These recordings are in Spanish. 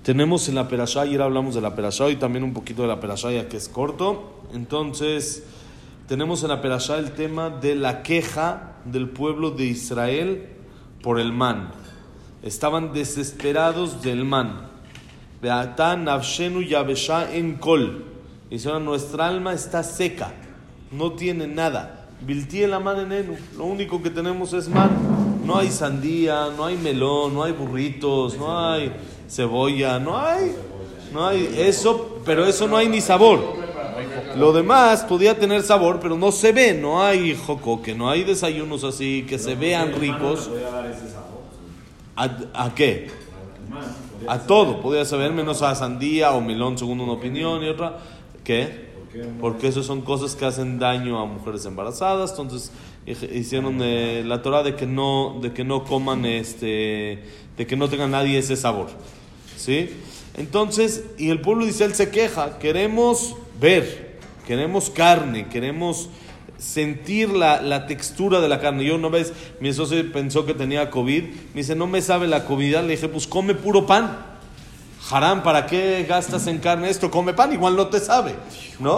Tenemos en la Perashá, ayer hablamos de la Perashá y también un poquito de la Perashá, ya que es corto. Entonces, tenemos en la Perashá el tema de la queja del pueblo de Israel por el man. Estaban desesperados del man. Beatá nafshenu yabesha en kol. Dicen, nuestra alma está seca, no tiene nada. Bilti el man enenu. Lo único que tenemos es man. No hay sandía, no hay melón, no hay burritos, no hay cebolla, no hay eso, pero eso no hay ni sabor. Lo demás podía tener sabor, pero no se ve, no hay jocoque, no hay desayunos así que se vean ricos. ¿A qué? A todo, podía saber, menos a sandía o melón, según una opinión y otra. ¿Qué? Porque eso son cosas que hacen daño a mujeres embarazadas. Entonces hicieron la Torah de que no coman de que no tenga nadie ese sabor, ¿sí? Entonces, y el pueblo de Israel se queja, queremos ver, queremos carne, queremos sentir la textura de la carne. Yo una vez, mi esposo pensó que tenía COVID, me dice, no me sabe la comida, le dije, pues come puro pan. Haram, ¿para qué gastas en carne esto? Come pan, igual no te sabe, ¿no?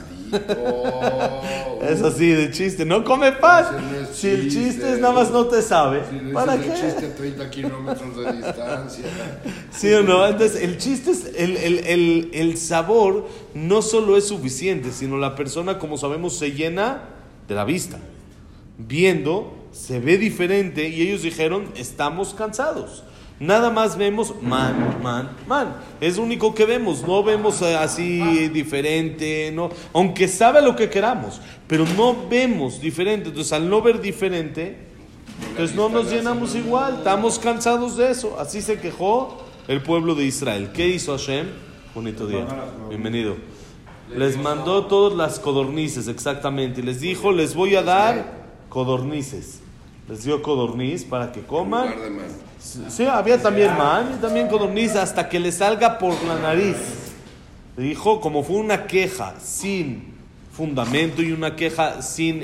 Es así de chiste, no come pan. No es si el chiste es nada más no te sabe, si ¿para qué? qué? El chiste a 30 kilómetros de distancia. ¿Sí o no? Entonces, el chiste es el sabor no solo es suficiente, sino la persona, como sabemos, se llena de la vista. Viendo, se ve diferente y ellos dijeron, estamos cansados. Nada más vemos man. Es lo único que vemos. No vemos así diferente, no. Aunque sabe lo que queramos, pero no vemos diferente. Entonces, al no ver diferente, pues no nos llenamos igual. Estamos cansados de eso. Así se quejó el pueblo de Israel. ¿Qué hizo Hashem? Bonito día. Bienvenido. Les mandó todas las codornices, exactamente. Y les dijo, les voy a dar codornices. Les dio codorniz para que coman. Sí, había también man y también codorniz hasta que le salga por la nariz. Le dijo, como fue una queja sin fundamento y una queja sin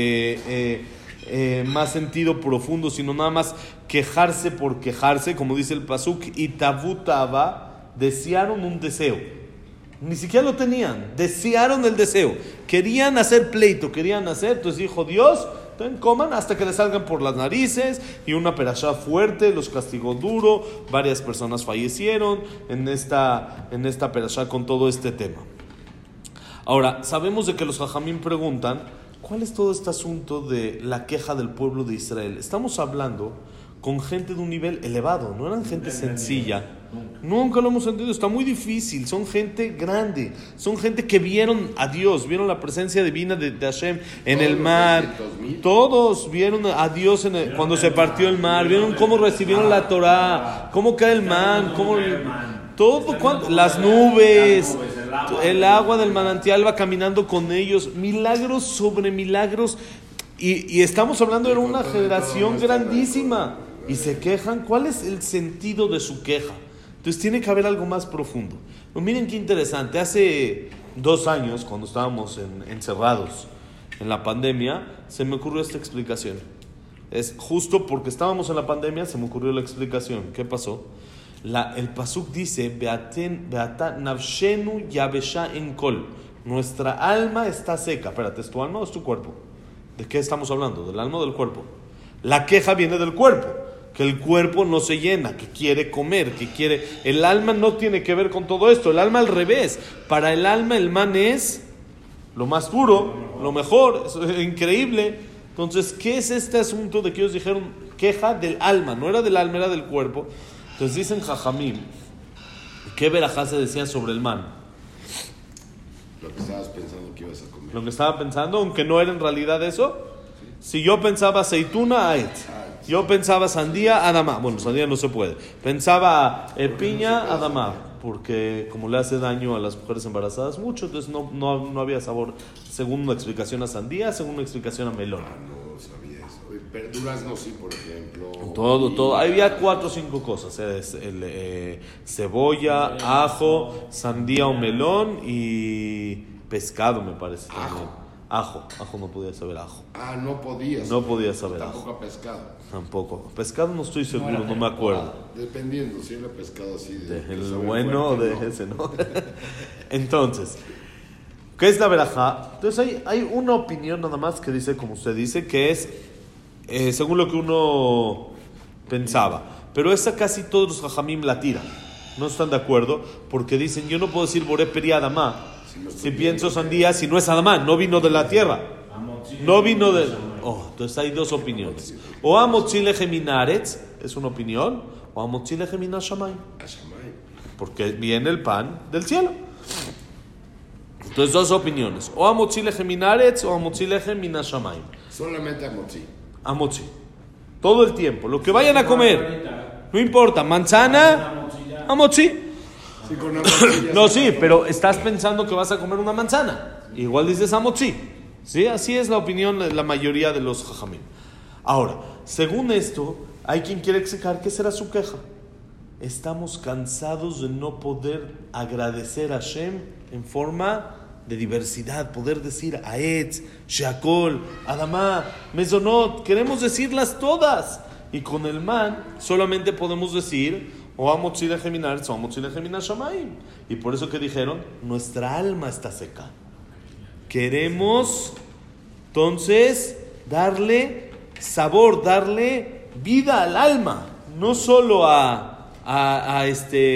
más sentido profundo, sino nada más quejarse por quejarse, como dice el pasuk, y tabutaba, desearon un deseo. Ni siquiera lo tenían, desearon el deseo. Querían hacer pleito, entonces dijo Dios, coman hasta que les salgan por las narices. Y una perashá fuerte, los castigó duro, varias personas fallecieron en esta perashá con todo este tema. Ahora, sabemos de que los jajamín preguntan, ¿cuál es todo este asunto de la queja del pueblo de Israel? Estamos hablando con gente de un nivel elevado, no eran gente sencilla. Nunca lo hemos entendido, está muy difícil. Son gente grande, son gente que vieron a Dios, vieron la presencia divina de Hashem en el mar. Todos vieron a Dios cuando se partió el mar, vieron cómo recibieron la Torah, cómo cae el man, las nubes, el agua del manantial va caminando con ellos, milagros sobre milagros. Y estamos hablando de una generación grandísima. Y se quejan. ¿Cuál es el sentido de su queja? Entonces tiene que haber algo más profundo. Pues miren qué interesante. Hace 2 años, cuando estábamos encerrados en la pandemia, se me ocurrió esta explicación. Es justo porque estábamos en la pandemia, se me ocurrió la explicación. ¿Qué pasó? El pasuk dice, Beatá nafshenu yabesha en kol. Nuestra alma está seca. Espérate, ¿es tu alma o es tu cuerpo? ¿De qué estamos hablando? ¿Del alma o del cuerpo? La queja viene del cuerpo, que el cuerpo no se llena, que quiere comer, el alma no tiene que ver con todo esto, el alma al revés. Para el alma el man es lo más puro, lo mejor, es increíble. Entonces, ¿qué es este asunto de que ellos dijeron queja del alma? No era del alma, era del cuerpo. Entonces dicen jajamim, ¿qué verajá se decía sobre el man? Lo que estabas pensando que ibas a comer. Lo que estaba pensando, aunque no era en realidad eso. Si yo pensaba aceituna, ait. Yo pensaba sandía, adamá. Bueno, sandía no se puede. Pensaba piña, adamá. Porque como le hace daño a las mujeres embarazadas mucho, entonces no había sabor. Según una explicación a sandía, según una explicación a melón. No sabía eso. Verduras no, sí, por ejemplo. Todo. Había 4 o 5 cosas. Cebolla, ajo, sandía o melón y pescado, me parece. Ajo no podía saber ajo. Ah, no podía. No podía saber tampoco ajo. a pescado. Tampoco. Pescado no estoy seguro, no me acuerdo. Dependiendo, si era pescado así. El bueno o de ese, ¿no? Entonces, ¿qué es la verajá? Entonces hay una opinión nada más que dice, como usted dice, que es según lo que uno pensaba. Pero esa casi todos los jajamim la tiran. No están de acuerdo porque dicen, yo no puedo decir boré peri adamá si pienso sandía, si no es adamá, no vino de la tierra. No vino de... entonces hay dos opiniones. O amotzile geminaretz, es una opinión, o amotzile gemina shamayim, porque viene el pan del cielo. Entonces dos opiniones. O amotzile geminaretz o amotzile gemina shamayim. Solamente amotzi. Amotzi. Todo el tiempo. Lo que vayan a comer. No importa. Manzana, amotzi. Sí, con amotzi no, sí, pero estás pensando que vas a comer una manzana. Igual dices amotzi. ¿Sí? Así es la opinión de la mayoría de los jajamim. Ahora, según esto, hay quien quiere explicar qué será su queja. Estamos cansados de no poder agradecer a Hashem en forma de diversidad, poder decir Aetz, Sheakol, Adamá, Mezonot, queremos decirlas todas. Y con el man solamente podemos decir o Amotzi Leheminar, o Amotzi Leheminar Shamayim. Y por eso que dijeron, nuestra alma está seca. Queremos entonces darle sabor, darle vida al alma, no solo al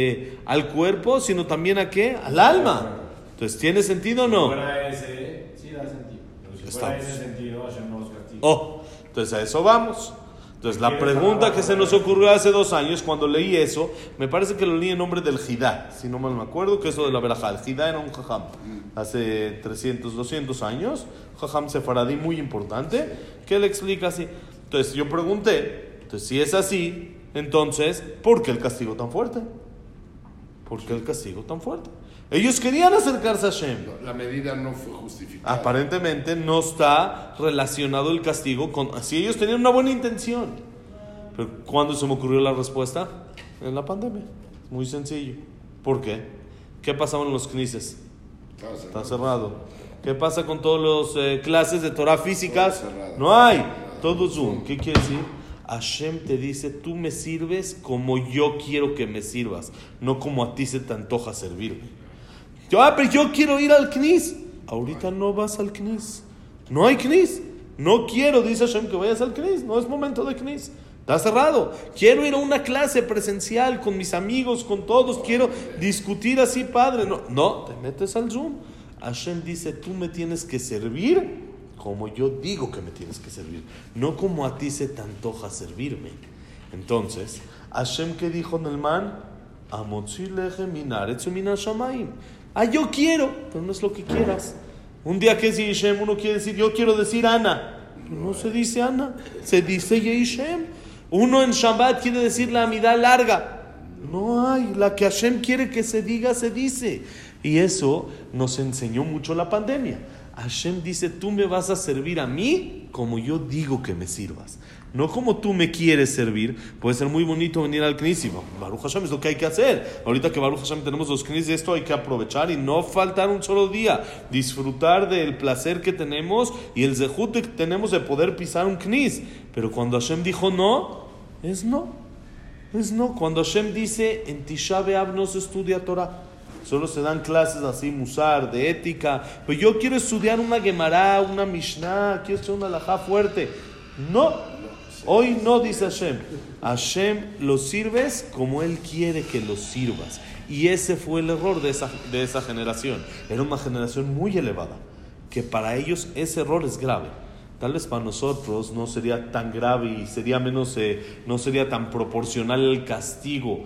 cuerpo, sino también ¿a qué? Al alma. Entonces, ¿tiene sentido o no? Si fuera ese, sí da sentido. Pero si fuera ese sentido, Hashem no los castiga. Entonces a eso vamos. Entonces la pregunta que se nos ocurrió hace 2 años, cuando leí eso, me parece que lo leí en nombre del Jidá, si no mal me acuerdo, que es lo de la verajá. El Jidá era un jajam hace 300, 200 años, jajam sefaradí muy importante, que le explica así. Entonces yo pregunté, entonces si es así, entonces, ¿por qué el castigo tan fuerte? ¿Por qué el castigo tan fuerte? Ellos querían acercarse a Hashem. La medida no fue justificada. Aparentemente no está relacionado el castigo con... Si ellos tenían una buena intención. Pero ¿cuándo se me ocurrió la respuesta? En la pandemia. Muy sencillo. ¿Por qué? ¿Qué pasaba en los knises? Está cerrado. ¿Qué pasa con todas las clases de Torah físicas? No hay. Todo Zoom. ¿Qué quiere decir? Hashem te dice, tú me sirves como yo quiero que me sirvas, no como a ti se te antoja servirme. Pero yo quiero ir al Knis. Ahorita no vas al Knis. No hay Knis. No quiero, dice Hashem, que vayas al Knis. No es momento de Knis. Está cerrado. Quiero ir a una clase presencial con mis amigos, con todos. Quiero discutir así, padre. No, te metes al Zoom. Hashem dice, tú me tienes que servir como yo digo que me tienes que servir. No como a ti se te antoja servirme. Entonces, Hashem, ¿qué dijo en el man? Amotzi lechem min haaretz umin hashamayim. Yo quiero, pero no es lo que quieras. Un día que es Yishem, uno quiere decir, yo quiero decir Ana. No se dice Ana, se dice Yishem. Uno en Shabbat quiere decir la amidad larga. No hay, la que Hashem quiere que se diga, se dice. Y eso nos enseñó mucho la pandemia. Hashem dice, tú me vas a servir a mí como yo digo que me sirvas. No como tú me quieres servir. Puede ser muy bonito venir al Knis y Baruch Hashem es lo que hay que hacer. Ahorita que Baruch Hashem tenemos los Knis, esto hay que aprovechar y no faltar un solo día. Disfrutar del placer que tenemos y el zehut que tenemos de poder pisar un Knis. Pero cuando Hashem dijo no, es no. Es no. Cuando Hashem dice, en Tisha B'Av no se estudia Torah. Solo se dan clases así, musar, de ética. Pero yo quiero estudiar una Gemara, una Mishnah, quiero estudiar una halajá fuerte. No. Hoy no, dice Hashem. Hashem lo sirves como Él quiere que lo sirvas. Y ese fue el error de esa generación. Era una generación muy elevada, que para ellos ese error es grave. Tal vez para nosotros no sería tan grave y sería menos, no sería tan proporcional el castigo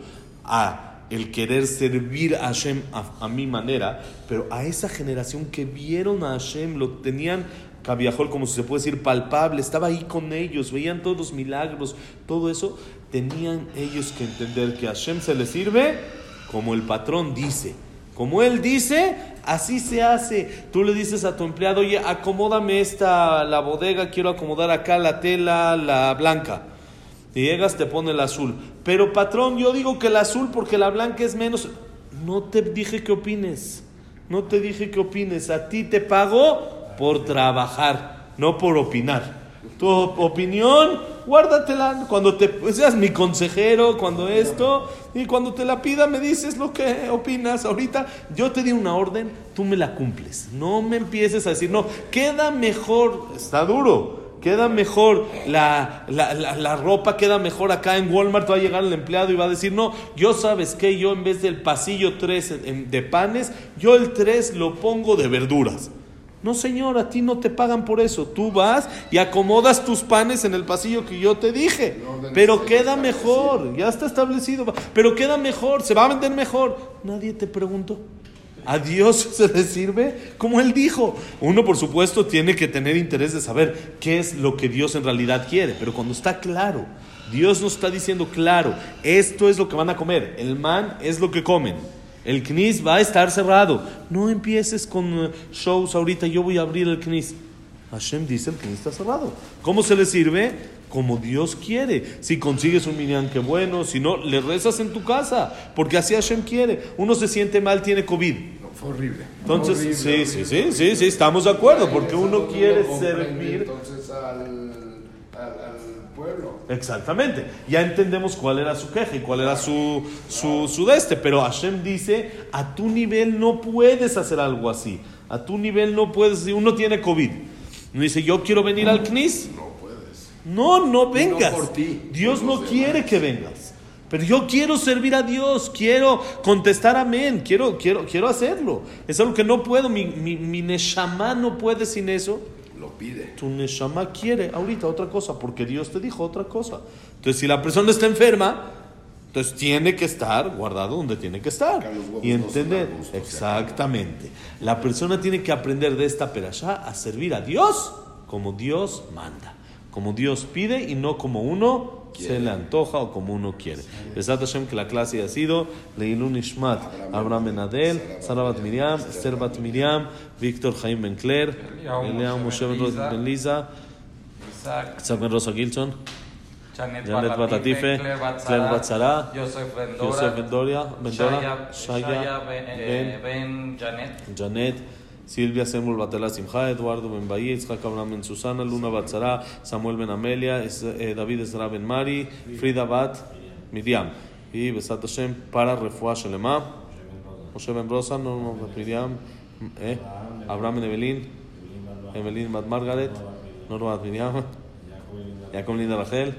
a el querer servir a Hashem a mi manera, pero a esa generación que vieron a Hashem, lo tenían cabiajol, como si se puede decir, palpable, estaba ahí con ellos, veían todos los milagros, todo eso, tenían ellos que entender que a Hashem se les sirve como el patrón dice. Como él dice, así se hace. Tú le dices a tu empleado, oye, acomódame la bodega, quiero acomodar acá la tela, la blanca. Y llegas, te pone el azul. Pero patrón, yo digo que el azul porque la blanca es menos. No te dije que opines. No te dije que opines. A ti te pago por trabajar, no por opinar. Tu opinión, guárdatela cuando seas mi consejero, cuando esto, y cuando te la pida me dices lo que opinas. Ahorita yo te di una orden, tú me la cumples. No me empieces a decir, no, queda mejor, está duro, queda mejor la ropa, queda mejor acá en Walmart. Va a llegar el empleado y va a decir, no, yo sabes que yo en vez del pasillo 3 de panes, yo el 3 lo pongo de verduras. No, señor, a ti no te pagan por eso. Tú vas y acomodas tus panes en el pasillo que yo te dije. Pero queda mejor, ya está establecido. Pero queda mejor, se va a vender mejor. Nadie te preguntó. ¿A Dios se le sirve? Como Él dijo. Uno, por supuesto, tiene que tener interés de saber qué es lo que Dios en realidad quiere. Pero cuando está claro, Dios nos está diciendo claro, esto es lo que van a comer. El man es lo que comen. El CNIS va a estar cerrado. No empieces con shows ahorita, yo voy a abrir el CNIS. Hashem dice, el CNIS está cerrado. ¿Cómo se le sirve? Como Dios quiere. Si consigues un minyan, qué bueno. Si no, le rezas en tu casa, porque así Hashem quiere. Uno se siente mal, tiene COVID. No, fue horrible. Entonces, Horrible. sí, estamos de acuerdo, porque uno quiere servir. Entonces al pueblo. Exactamente, ya entendemos cuál era su queja y cuál era su pero Hashem dice, a tu nivel no puedes hacer algo así, a tu nivel no puedes, si uno tiene COVID, uno dice, yo quiero venir al CNIS, No puedes. no vengas, No por ti, Dios por no los quiere demás. que vengas, pero yo quiero servir a Dios, quiero contestar amén, quiero hacerlo, es algo que no puedo, mi neshama no puede sin eso. Lo pide. Tu neshama quiere ahorita otra cosa, porque Dios te dijo otra cosa. Entonces, si la persona está enferma, entonces tiene que estar guardado donde tiene que estar. Y entender, exactamente. La persona tiene que aprender de esta perashá a servir a Dios como Dios manda, como Dios pide y no como uno se le antoja o como uno quiere. Besat Hashem, que la clase ha sido Leilun Ishmat, Abraham Ben Adel, Sara Bat Miriam, Esther Bat Miriam, Víctor Jaime Ben Claire, Eliao Moshe Ben Liza, Isaac Ben Rosa Gilson, Janet Bat Atife, Claire Bat Sara, Yosef Ben Dora, Shaya Ben Janet, Silvia Semul Batela Simcha, Eduardo Ben Bahía, Itzhak Abraham Ben Susana, Luna Bat Sara, Samuel Ben Amelia, David Ezra Ben Mari, Frida Bat Miriam. Y Besat Hashem para Refuah Shelema, Moshe Ben Rosa, Norma Bat Miriam, Abraham Ben Evelyn Bat Margaret, Norma Bat Miriam, Jacob Linda Rachel,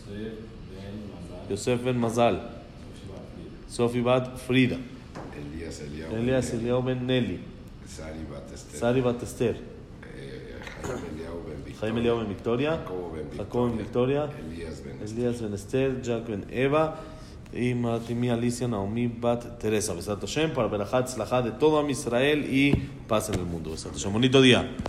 Yosef Ben Mazal, Sofi Bat Frida, Elias Eliao Ben Nelly, Sari Bat Esther, Jaime Eliao Ben Victoria, Jacobo Ben Victoria, Elías Ben Esther, Jack Ben Eva y Maratimi Alicia Naomi Bat Teresa. Besat Hashem para Berajat Tzlajá de todo Am Israel y paz en el mundo. Besat Hashem. Bonito día.